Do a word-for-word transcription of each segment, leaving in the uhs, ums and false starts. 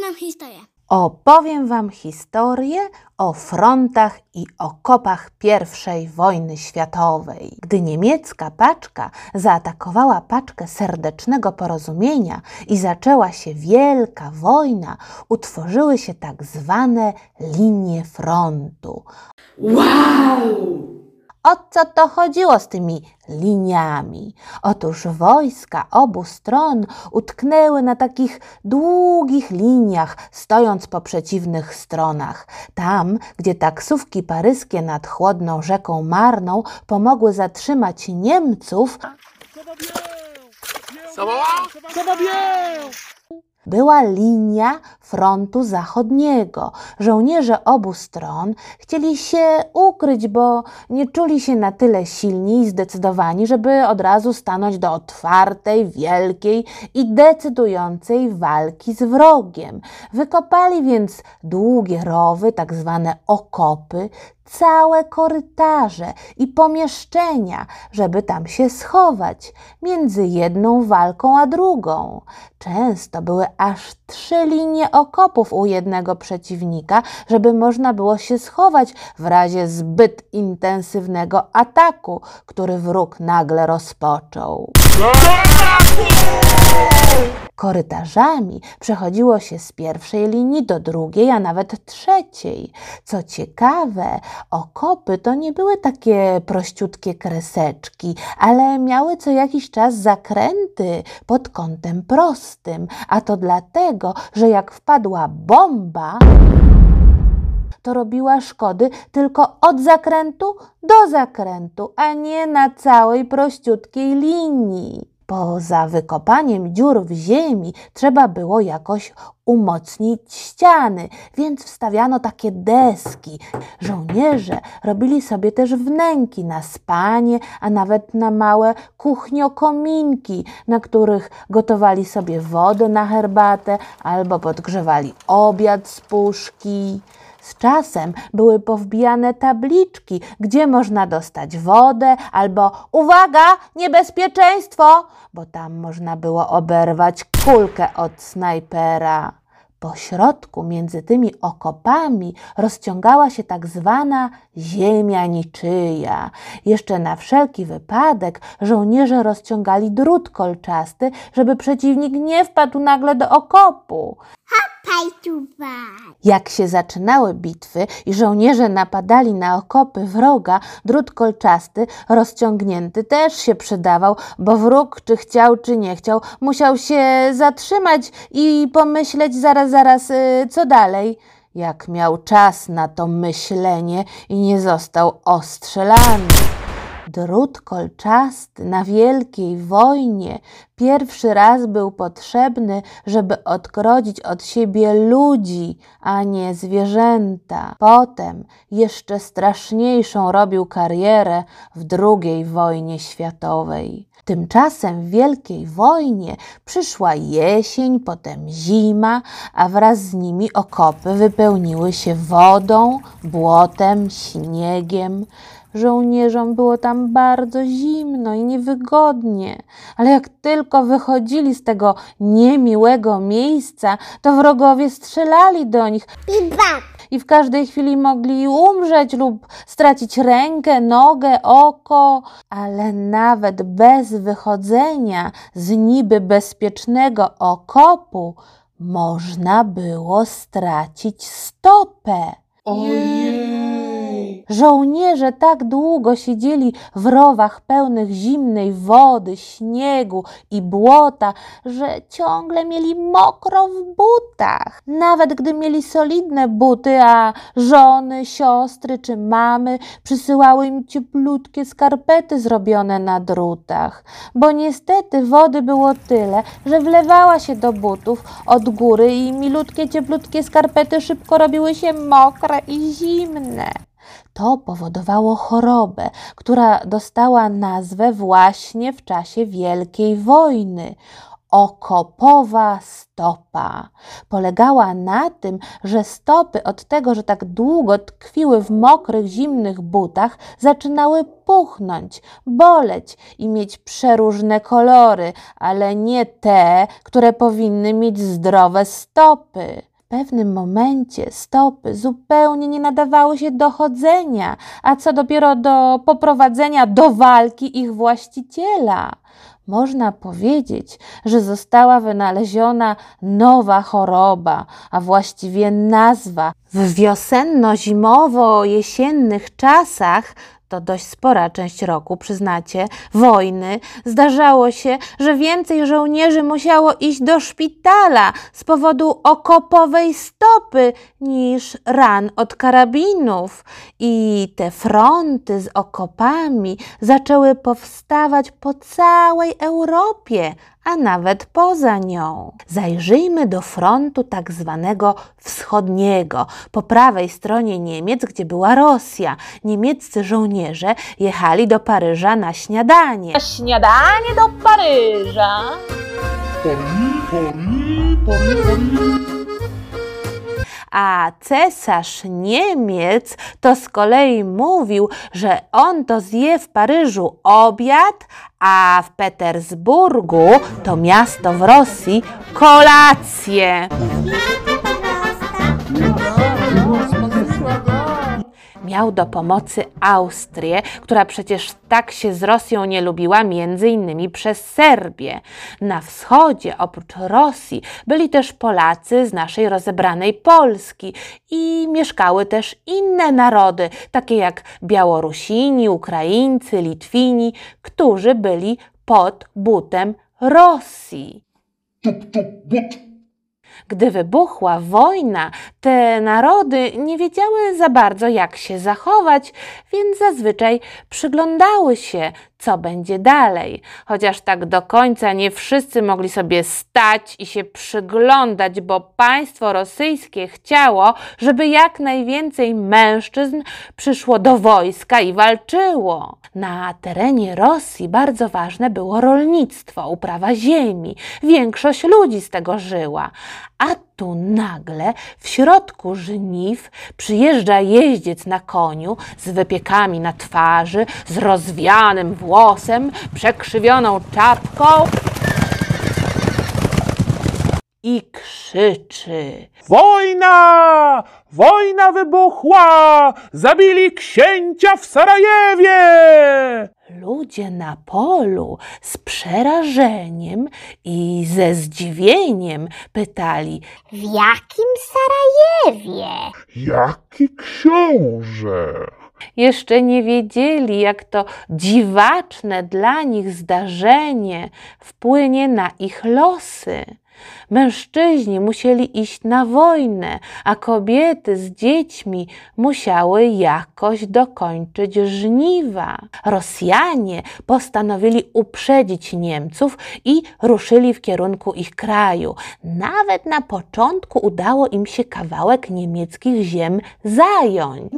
nam historię. Opowiem Wam historię o frontach i okopach pierwszej wojny światowej. Gdy niemiecka paczka zaatakowała paczkę Serdecznego Porozumienia i zaczęła się wielka wojna, utworzyły się tak zwane linie frontu. Wow! O co to chodziło z tymi liniami? Otóż wojska obu stron utknęły na takich długich liniach, stojąc po przeciwnych stronach. Tam, gdzie taksówki paryskie nad chłodną rzeką Marną pomogły zatrzymać Niemców, była linia frontu zachodniego. Żołnierze obu stron chcieli się ukryć, bo nie czuli się na tyle silni i zdecydowani, żeby od razu stanąć do otwartej, wielkiej i decydującej walki z wrogiem. Wykopali więc długie rowy, tak zwane okopy, całe korytarze i pomieszczenia, żeby tam się schować między jedną walką a drugą. Często były aż trzy linie okopów u jednego przeciwnika, żeby można było się schować w razie zbyt intensywnego ataku, który wróg nagle rozpoczął. Korytarzami przechodziło się z pierwszej linii do drugiej, a nawet trzeciej. Co ciekawe, okopy to nie były takie prościutkie kreseczki, ale miały co jakiś czas zakręty pod kątem prostym, a to dlatego, że jak wpadła bomba, to robiła szkody tylko od zakrętu do zakrętu, a nie na całej prościutkiej linii. Poza wykopaniem dziur w ziemi trzeba było jakoś umocnić ściany, więc wstawiano takie deski. Żołnierze robili sobie też wnęki na spanie, a nawet na małe kuchniokominki, na których gotowali sobie wodę na herbatę albo podgrzewali obiad z puszki. Z czasem były powbijane tabliczki, gdzie można dostać wodę albo uwaga, niebezpieczeństwo, bo tam można było oberwać kulkę od snajpera. Po środku między tymi okopami rozciągała się tak zwana ziemia niczyja. Jeszcze na wszelki wypadek żołnierze rozciągali drut kolczasty, żeby przeciwnik nie wpadł nagle do okopu. Jak się zaczynały bitwy i żołnierze napadali na okopy wroga, drut kolczasty rozciągnięty też się przydawał, bo wróg, czy chciał, czy nie chciał, musiał się zatrzymać i pomyśleć zaraz, zaraz, yy, co dalej. Jak miał czas na to myślenie i nie został ostrzelany. Drut kolczasty na wielkiej wojnie pierwszy raz był potrzebny, żeby odgrodzić od siebie ludzi, a nie zwierzęta. Potem jeszcze straszniejszą robił karierę w drugiej wojnie światowej. Tymczasem w Wielkiej Wojnie przyszła jesień, potem zima, a wraz z nimi okopy wypełniły się wodą, błotem, śniegiem. Żołnierzom było tam bardzo zimno i niewygodnie, ale jak tylko wychodzili z tego niemiłego miejsca, to wrogowie strzelali do nich i w każdej chwili mogli umrzeć lub stracić rękę, nogę, oko, ale nawet bez wychodzenia z niby bezpiecznego okopu można było stracić stopę. Ojej! Żołnierze tak długo siedzieli w rowach pełnych zimnej wody, śniegu i błota, że ciągle mieli mokro w butach. Nawet gdy mieli solidne buty, a żony, siostry czy mamy przysyłały im cieplutkie skarpety zrobione na drutach. Bo niestety wody było tyle, że wlewała się do butów od góry i milutkie, cieplutkie skarpety szybko robiły się mokre i zimne. To powodowało chorobę, która dostała nazwę właśnie w czasie Wielkiej Wojny. Okopowa stopa. Polegała na tym, że stopy od tego, że tak długo tkwiły w mokrych, zimnych butach, zaczynały puchnąć, boleć i mieć przeróżne kolory, ale nie te, które powinny mieć zdrowe stopy. pewnym momencie stopy zupełnie nie nadawały się do chodzenia, a co dopiero do poprowadzenia do walki ich właściciela. Można powiedzieć, że została wynaleziona nowa choroba, a właściwie nazwa. W wiosenno-zimowo-jesiennych czasach, to dość spora część roku, przyznacie, wojny, zdarzało się, że więcej żołnierzy musiało iść do szpitala z powodu okopowej stopy niż ran od karabinów. I te fronty z okopami zaczęły powstawać po całej Europie, a nawet poza nią. Zajrzyjmy do frontu tak zwanego wschodniego, po prawej stronie Niemiec, gdzie była Rosja. Niemieccy żołnierze jechali do Paryża na śniadanie. Na śniadanie do Paryża. A cesarz Niemiec to z kolei mówił, że on to zje w Paryżu obiad, a w Petersburgu, to miasto w Rosji, kolację. Miał do pomocy Austrię, która przecież tak się z Rosją nie lubiła, między innymi przez Serbię. Na wschodzie, oprócz Rosji, byli też Polacy z naszej rozebranej Polski i mieszkały też inne narody, takie jak Białorusini, Ukraińcy, Litwini, którzy byli pod butem Rosji. Gdy wybuchła wojna, te narody nie wiedziały za bardzo, jak się zachować, więc zazwyczaj przyglądały się, co będzie dalej. Chociaż tak do końca nie wszyscy mogli sobie stać i się przyglądać, bo państwo rosyjskie chciało, żeby jak najwięcej mężczyzn przyszło do wojska i walczyło. Na terenie Rosji bardzo ważne było rolnictwo, uprawa ziemi. Większość ludzi z tego żyła. A tu nagle w środku żniw przyjeżdża jeździec na koniu z wypiekami na twarzy, z rozwianym włosem, przekrzywioną czapką i krzyczy: Wojna! Wojna wybuchła! Zabili księcia w Sarajewie! Ludzie na polu z przerażeniem i ze zdziwieniem pytali: W jakim Sarajewie? Jaki książę? Jeszcze nie wiedzieli, jak to dziwaczne dla nich zdarzenie wpłynie na ich losy. Mężczyźni musieli iść na wojnę, a kobiety z dziećmi musiały jakoś dokończyć żniwa. Rosjanie postanowili uprzedzić Niemców i ruszyli w kierunku ich kraju. Nawet na początku udało im się kawałek niemieckich ziem zająć.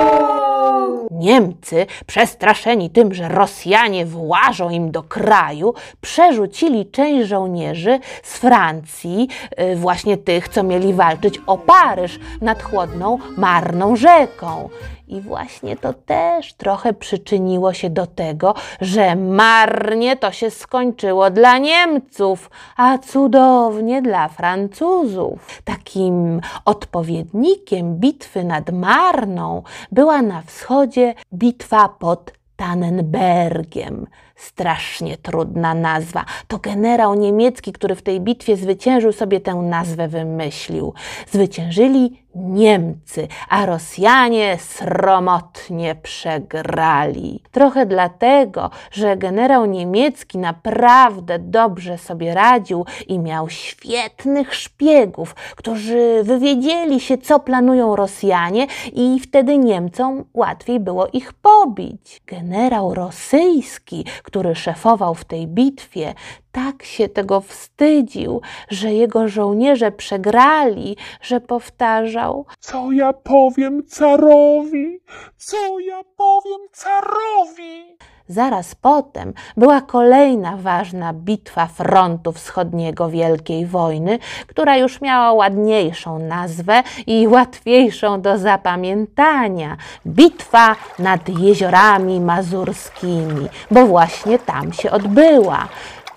Niemcy, przestraszeni tym, że Rosjanie włażą im do kraju, przerzucili część żołnierzy z Francji, właśnie tych, co mieli walczyć o Paryż nad chłodną, marną rzeką. I właśnie to też trochę przyczyniło się do tego, że marnie to się skończyło dla Niemców, a cudownie dla Francuzów. Takim odpowiednikiem bitwy nad Marną była na wschodzie bitwa pod Tannenbergiem. Strasznie trudna nazwa. To generał niemiecki, który w tej bitwie zwyciężył, sobie tę nazwę wymyślił. Zwyciężyli Niemcy, a Rosjanie sromotnie przegrali. Trochę dlatego, że generał niemiecki naprawdę dobrze sobie radził i miał świetnych szpiegów, którzy wywiedzieli się, co planują Rosjanie, i wtedy Niemcom łatwiej było ich pobić. Generał rosyjski, który szefował w tej bitwie, tak się tego wstydził, że jego żołnierze przegrali, że powtarzał: Co ja powiem carowi? Co ja powiem carowi? Zaraz potem była kolejna ważna bitwa frontu wschodniego Wielkiej Wojny, która już miała ładniejszą nazwę i łatwiejszą do zapamiętania. Bitwa nad Jeziorami Mazurskimi, bo właśnie tam się odbyła.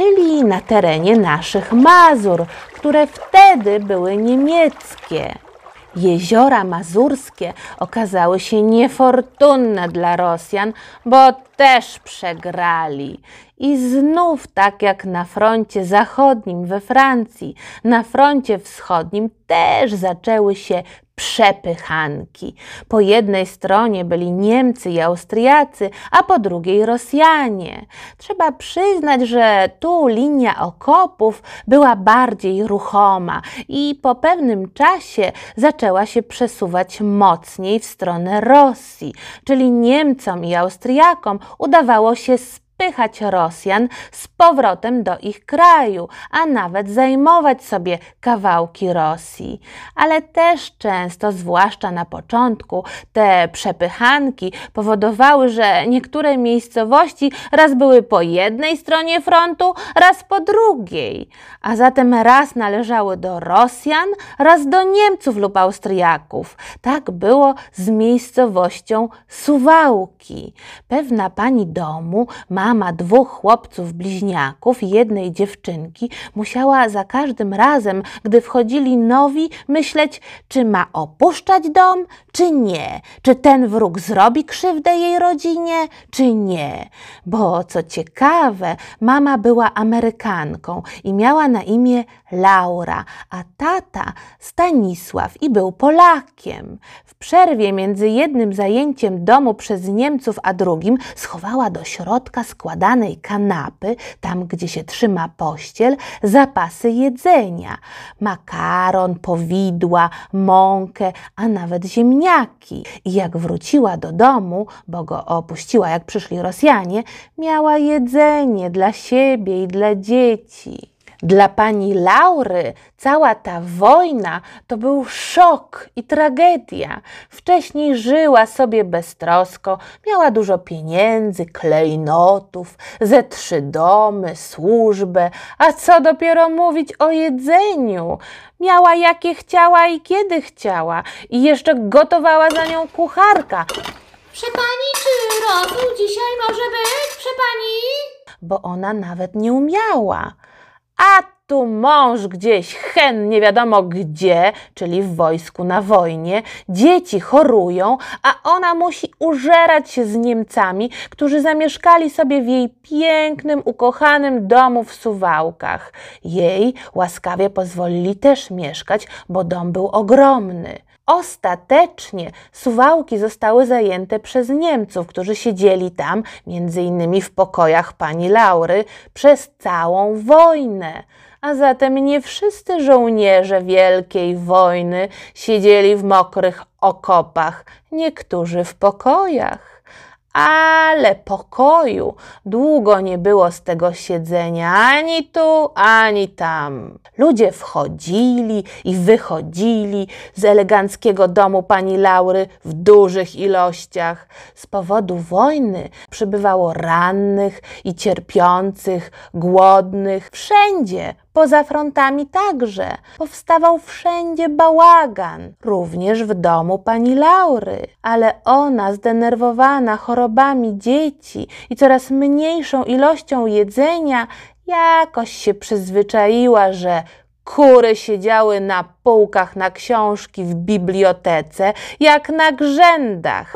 czyli na terenie naszych Mazur, które wtedy były niemieckie. Jeziora mazurskie okazały się niefortunne dla Rosjan, bo też przegrali. I znów, tak jak na froncie zachodnim we Francji, na froncie wschodnim też zaczęły się przepychanki. Po jednej stronie byli Niemcy i Austriacy, a po drugiej Rosjanie. Trzeba przyznać, że tu linia okopów była bardziej ruchoma i po pewnym czasie zaczęła się przesuwać mocniej w stronę Rosji, czyli Niemcom i Austriakom udawało się spychać Rosjan z powrotem do ich kraju, a nawet zajmować sobie kawałki Rosji. Ale też często, zwłaszcza na początku, te przepychanki powodowały, że niektóre miejscowości raz były po jednej stronie frontu, raz po drugiej, a zatem raz należały do Rosjan, raz do Niemców lub Austriaków. Tak było z miejscowością Suwałki. Pewna pani domu, mama dwóch chłopców bliźniaków i jednej dziewczynki, musiała za każdym razem, gdy wchodzili nowi, myśleć, czy ma opuszczać dom, czy nie, czy ten wróg zrobi krzywdę jej rodzinie, czy nie. Bo co ciekawe, mama była Amerykanką i miała na imię Laura, a tata Stanisław i był Polakiem. W przerwie między jednym zajęciem domu przez Niemców a drugim schowała do środka składanej kanapy, tam gdzie się trzyma pościel, zapasy jedzenia. Makaron, powidła, mąkę, a nawet ziemniaki. I jak wróciła do domu, bo go opuściła jak przyszli Rosjanie, miała jedzenie dla siebie i dla dzieci. Dla pani Laury cała ta wojna to był szok i tragedia. Wcześniej żyła sobie beztrosko, miała dużo pieniędzy, klejnotów, ze trzy domy, służbę, a co dopiero mówić o jedzeniu. Miała jakie chciała i kiedy chciała i jeszcze gotowała za nią kucharka. Prze pani, czy rosół dzisiaj może być? Prze pani? Bo ona nawet nie umiała. A tu mąż gdzieś hen nie wiadomo gdzie, czyli w wojsku na wojnie, dzieci chorują, a ona musi użerać się z Niemcami, którzy zamieszkali sobie w jej pięknym, ukochanym domu w Suwałkach. Jej łaskawie pozwolili też mieszkać, bo dom był ogromny. Ostatecznie Suwałki zostały zajęte przez Niemców, którzy siedzieli tam, między innymi w pokojach pani Laury, przez całą wojnę. A zatem nie wszyscy żołnierze Wielkiej Wojny siedzieli w mokrych okopach, niektórzy w pokojach. Ale pokoju długo nie było z tego siedzenia ani tu, ani tam. Ludzie wchodzili i wychodzili z eleganckiego domu pani Laury w dużych ilościach. Z powodu wojny przybywało rannych i cierpiących, głodnych, wszędzie. Poza frontami także. Powstawał wszędzie bałagan, również w domu pani Laury. Ale ona, zdenerwowana chorobami dzieci i coraz mniejszą ilością jedzenia, jakoś się przyzwyczaiła, że kury siedziały na półkach na książki w bibliotece, jak na grzędach.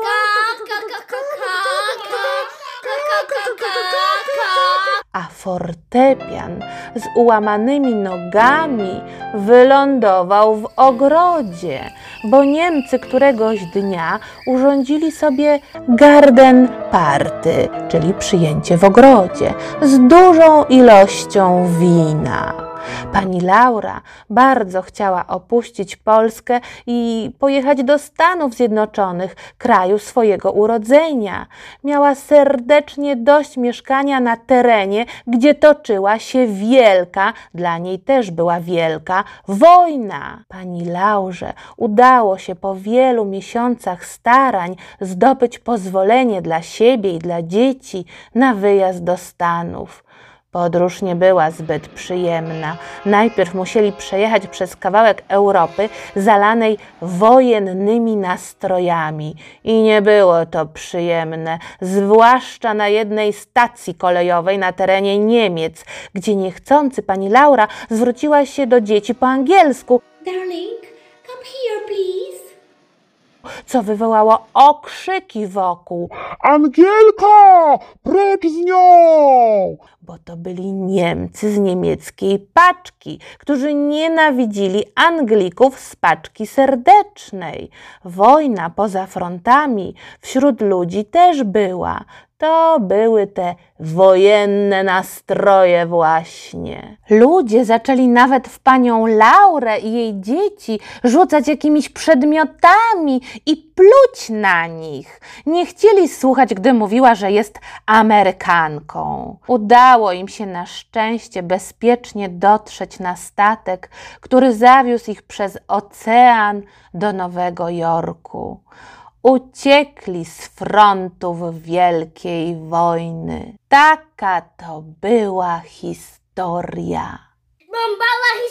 A fortepian z ułamanymi nogami wylądował w ogrodzie, bo Niemcy któregoś dnia urządzili sobie garden party, czyli przyjęcie w ogrodzie, z dużą ilością wina. Pani Laura bardzo chciała opuścić Polskę i pojechać do Stanów Zjednoczonych, kraju swojego urodzenia. Miała serdecznie dość mieszkania na terenie, gdzie toczyła się wielka, dla niej też była wielka, wojna. Pani Laurze udało się po wielu miesiącach starań zdobyć pozwolenie dla siebie i dla dzieci na wyjazd do Stanów. Podróż nie była zbyt przyjemna. Najpierw musieli przejechać przez kawałek Europy zalanej wojennymi nastrojami. I nie było to przyjemne, zwłaszcza na jednej stacji kolejowej na terenie Niemiec, gdzie niechcący pani Laura zwróciła się do dzieci po angielsku, Darling, come here, please. co wywołało okrzyki wokół, Angielka, precz z nią! bo to byli Niemcy z niemieckiej paczki, którzy nienawidzili Anglików z paczki serdecznej. Wojna poza frontami wśród ludzi też była. To były te wojenne nastroje właśnie. Ludzie zaczęli nawet w panią Laurę i jej dzieci rzucać jakimiś przedmiotami i pluć na nich. Nie chcieli słuchać, gdy mówiła, że jest Amerykanką. Udało im się na szczęście bezpiecznie dotrzeć na statek, który zawiózł ich przez ocean do Nowego Jorku. Uciekli z frontów Wielkiej Wojny. Taka to była historia. Bombala